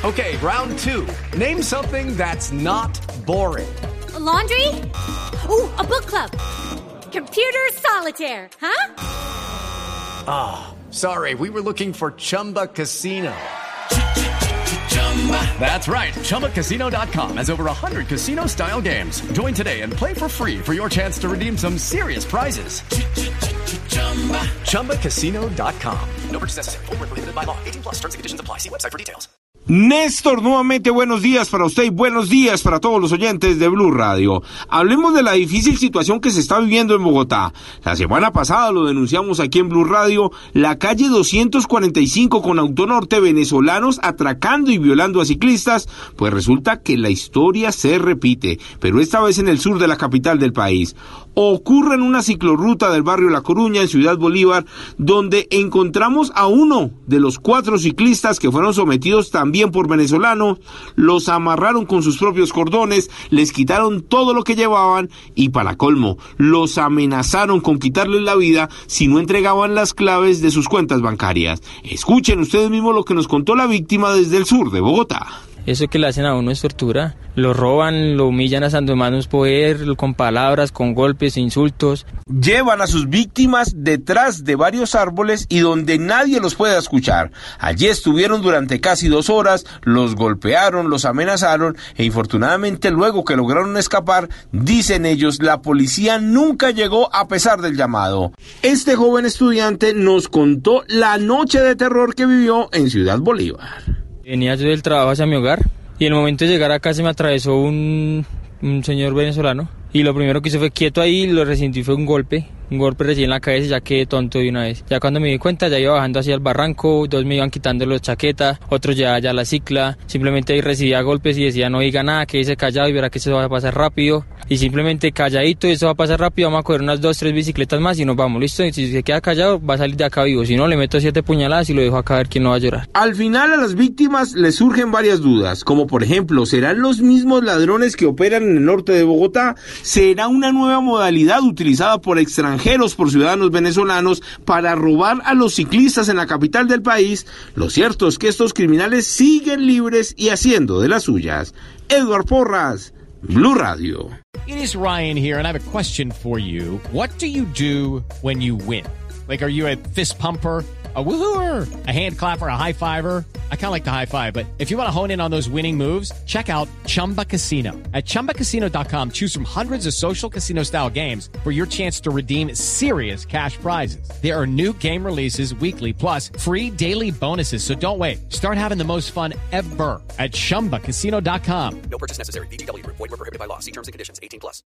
Okay, round two. Name something that's not boring. A laundry? Ooh, a book club. Computer solitaire, huh? Ah, sorry, we were looking for Chumba Casino. That's right, ChumbaCasino.com has over 100 casino-style games. Join today and play for free for your chance to redeem some serious prizes. ChumbaCasino.com. No purchase necessary. Void where prohibited by law. 18+ terms and conditions apply. See website for details. Néstor, nuevamente buenos días para usted y buenos días para todos los oyentes de Blue Radio. Hablemos de la difícil situación que se está viviendo en Bogotá. La semana pasada lo denunciamos aquí en Blue Radio, la calle 245 con Autonorte, venezolanos atracando y violando a ciclistas, pues resulta que la historia se repite, pero esta vez en el sur de la capital del país. Ocurre en una ciclorruta del barrio La Coruña, en Ciudad Bolívar, donde encontramos a uno de los 4 ciclistas que fueron sometidos también por venezolanos, los amarraron con sus propios cordones, les quitaron todo lo que llevaban y para colmo, los amenazaron con quitarles la vida si no entregaban las claves de sus cuentas bancarias. Escuchen ustedes mismos lo que nos contó la víctima desde el sur de Bogotá. Eso que le hacen a uno es tortura, lo roban, lo humillan hasta más no poder, con palabras, con golpes, insultos. Llevan a sus víctimas detrás de varios árboles y donde nadie los pueda escuchar. Allí estuvieron durante casi 2 horas, los golpearon, los amenazaron e infortunadamente luego que lograron escapar, dicen ellos, la policía nunca llegó a pesar del llamado. Este joven estudiante nos contó la noche de terror que vivió en Ciudad Bolívar. Venía yo del trabajo hacia mi hogar y en el momento de llegar acá se me atravesó un señor venezolano y lo primero que hice fue quieto ahí, lo resentí fue un golpe recién en la cabeza y ya quedé tonto de una vez. Ya cuando me di cuenta ya iba bajando hacia el barranco, 2 me iban quitando los chaquetas, otros ya la cicla, simplemente ahí recibía golpes y decía no diga nada, quédese callado y verá que eso va a pasar rápido. Y simplemente calladito, eso va a pasar rápido, vamos a coger unas 2-3 bicicletas más y nos vamos, listo, y si se queda callado va a salir de acá vivo, si no le meto 7 puñaladas y lo dejo acá a ver quién no va a llorar. Al final a las víctimas les surgen varias dudas, como por ejemplo, ¿serán los mismos ladrones que operan en el norte de Bogotá? ¿Será una nueva modalidad utilizada por extranjeros, por ciudadanos venezolanos, para robar a los ciclistas en la capital del país? Lo cierto es que estos criminales siguen libres y haciendo de las suyas. Edward Porras, Blue Radio. It is Ryan here, and I have a question for you. What do you do when you win? Like, are you a fist pumper, a woo-hooer, a hand clapper, a high-fiver? I kind of like the high-five, but if you want to hone in on those winning moves, check out Chumba Casino. At ChumbaCasino.com, choose from hundreds of social casino-style games for your chance to redeem serious cash prizes. There are new game releases weekly, plus free daily bonuses, so don't wait. Start having the most fun ever at ChumbaCasino.com. No purchase necessary. VGW Group. Void where prohibited by law. See terms and conditions. 18+.